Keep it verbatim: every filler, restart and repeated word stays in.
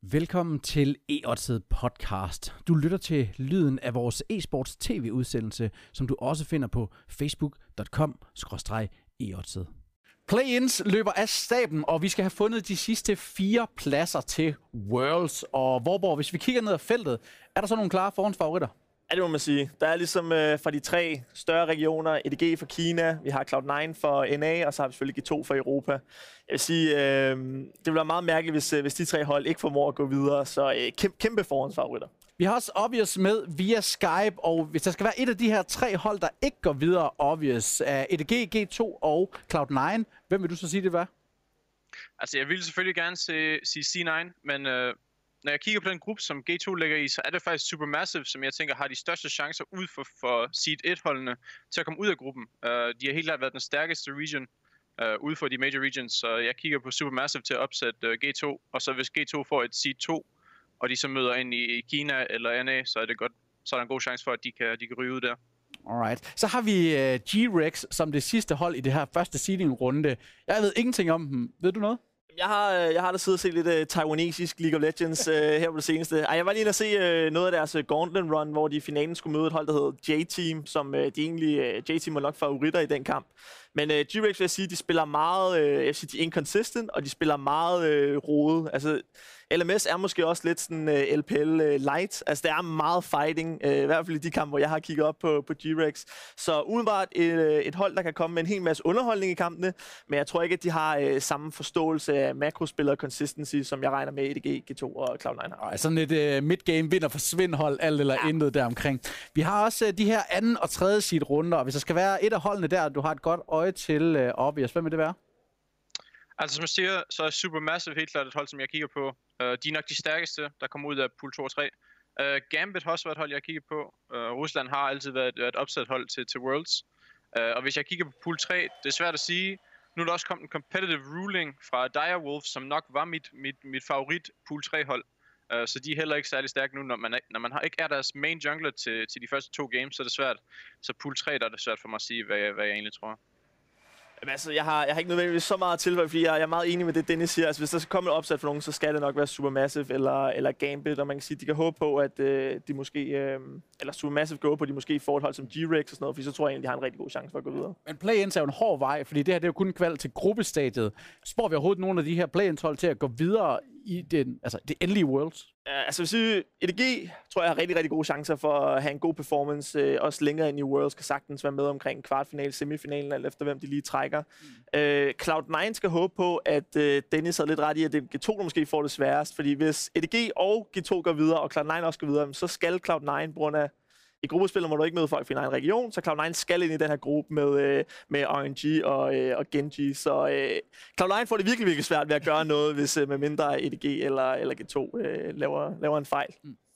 Velkommen til eOdds podcast. Du lytter til lyden af vores e-sports tv-udsendelse, som du også finder på facebook punktum com skråstreg eodds. Play-ins løber af staben, og vi skal have fundet de sidste fire pladser til Worlds. Og Vorborg, hvis vi kigger ned ad feltet, er der så nogle klare forhåndsfavoritter? Ja, det må man sige. Der er ligesom øh, fra de tre større regioner, E D G for Kina, vi har Cloud nine for N A, og så har vi selvfølgelig G to for Europa. Jeg vil sige, øh, det vil være meget mærkeligt, hvis, hvis de tre hold ikke formår at gå videre, så øh, kæmpe, kæmpe forhåndsfavoritter. Vi har også Obvious med via Skype, og hvis der skal være et af de her tre hold, der ikke går videre, Obvious, er E D G, G to og Cloud nine. Hvem vil du så sige, det var? Altså, jeg ville selvfølgelig gerne se, sige C nine, men øh, når jeg kigger på den gruppe, som G to ligger i, så er det faktisk Supermassive, som jeg tænker har de største chancer ud for, for Seed et-holdene til at komme ud af gruppen. Uh, de har helt klart været den stærkeste region uh, ude for de major regions, så jeg kigger på Supermassive til at opsætte uh, G to, og så hvis G to får et Seed to, og de så møder ind i, i Kina eller N A, så er det godt, så er der en god chance for, at de kan, de kan ryge ud der. Alright. Så har vi uh, G-Rex som det sidste hold i det her første seeding-runde. Jeg ved ingenting om dem. Ved du noget? Jeg har, jeg har da siddet og set lidt uh, taiwanesisk League of Legends uh, her på det seneste. Ej, jeg var lige inde at se uh, noget af deres uh, Gauntlet Run, hvor de i finalen skulle møde et hold, der hedder J-Team, som uh, de egentlig, uh, J-Team var nok favoritter i den kamp. Men uh, G-Rex vil jeg sige, de spiller meget, uh, jeg vil sige, de er inconsistent, og de spiller meget uh, rodet. Altså, L M S er måske også lidt sådan uh, L P L uh, light. Altså, der er meget fighting, uh, i hvert fald i de kampe, hvor jeg har kigget op på, på G-Rex. Så udenbart et, uh, et hold, der kan komme med en hel masse underholdning i kampene, men jeg tror ikke, at de har uh, samme forståelse af makrospiller og consistency, som jeg regner med E D G, G to og Cloud nine har. Ej, sådan et uh, midgame vinder for svindhold, alt eller ja. Intet deromkring. Vi har også uh, de her anden og tredje seed runder, og hvis der skal være et af holdene der, du har et godt øje til uh, Obvious, hvem vil det være? Altså som jeg siger, så er Supermassive helt klart et hold, som jeg kigger på. Uh, de er nok de stærkeste, der kommer ud af pool to og tre. Uh, Gambit har også været et hold, jeg kigger på. Uh, Rusland har altid været et, et opsat hold til, til Worlds. Uh, og hvis jeg kigger på pool tre, det er svært at sige. Nu er der også kommet en competitive ruling fra Direwolf, som nok var mit, mit, mit favorit pool tre hold. Uh, så de er heller ikke særlig stærke nu, når man, er, når man har, ikke er deres main jungler til, til de første to games, så er det svært. Så pool tre, der er det svært for mig at sige, hvad jeg, hvad jeg egentlig tror. Jamen, altså, jeg har, jeg har ikke nødvendigvis så meget tilfælde, fordi jeg, jeg er meget enig med det, Dennis siger. Altså, hvis der skal komme et opsat for nogen, så skal det nok være Supermassive eller, eller Gambit, og man kan sige, de kan håbe på, at øh, de måske, øh, eller Supermassive går på, at de måske får et hold som G-Rex og sådan noget, fordi så tror jeg egentlig, de har en rigtig god chance for at gå videre. Men play-ins er jo en hård vej, fordi det her det er jo kun en kval til gruppestadiet. Spår vi overhovedet nogle af de her play-ins hold til at gå videre i den, altså det endelige Worlds? Uh, altså, hvis I, E D G tror jeg har rigtig, rigtig gode chancer for at have en god performance. Uh, også længere ind i Worlds kan sagtens være med omkring kvartfinale, semifinalen, alt efter hvem de lige trækker. Mm. Uh, Cloud nine skal håbe på, at uh, Dennis havde lidt ret i, at det G to der måske får det sværest. Fordi hvis E D G og G to går videre, og Cloud nine også går videre, så skal Cloud nine, på grund af i gruppespillet må du ikke møde folk fra en region, så Cloud nine skal ind i den her gruppe med, øh, med R N G og, øh, og Genji. Så øh, Cloud nine får det virkelig, virkelig svært ved at gøre noget, hvis øh, med mindre E D G eller, eller G to øh, laver, laver en fejl. Mm.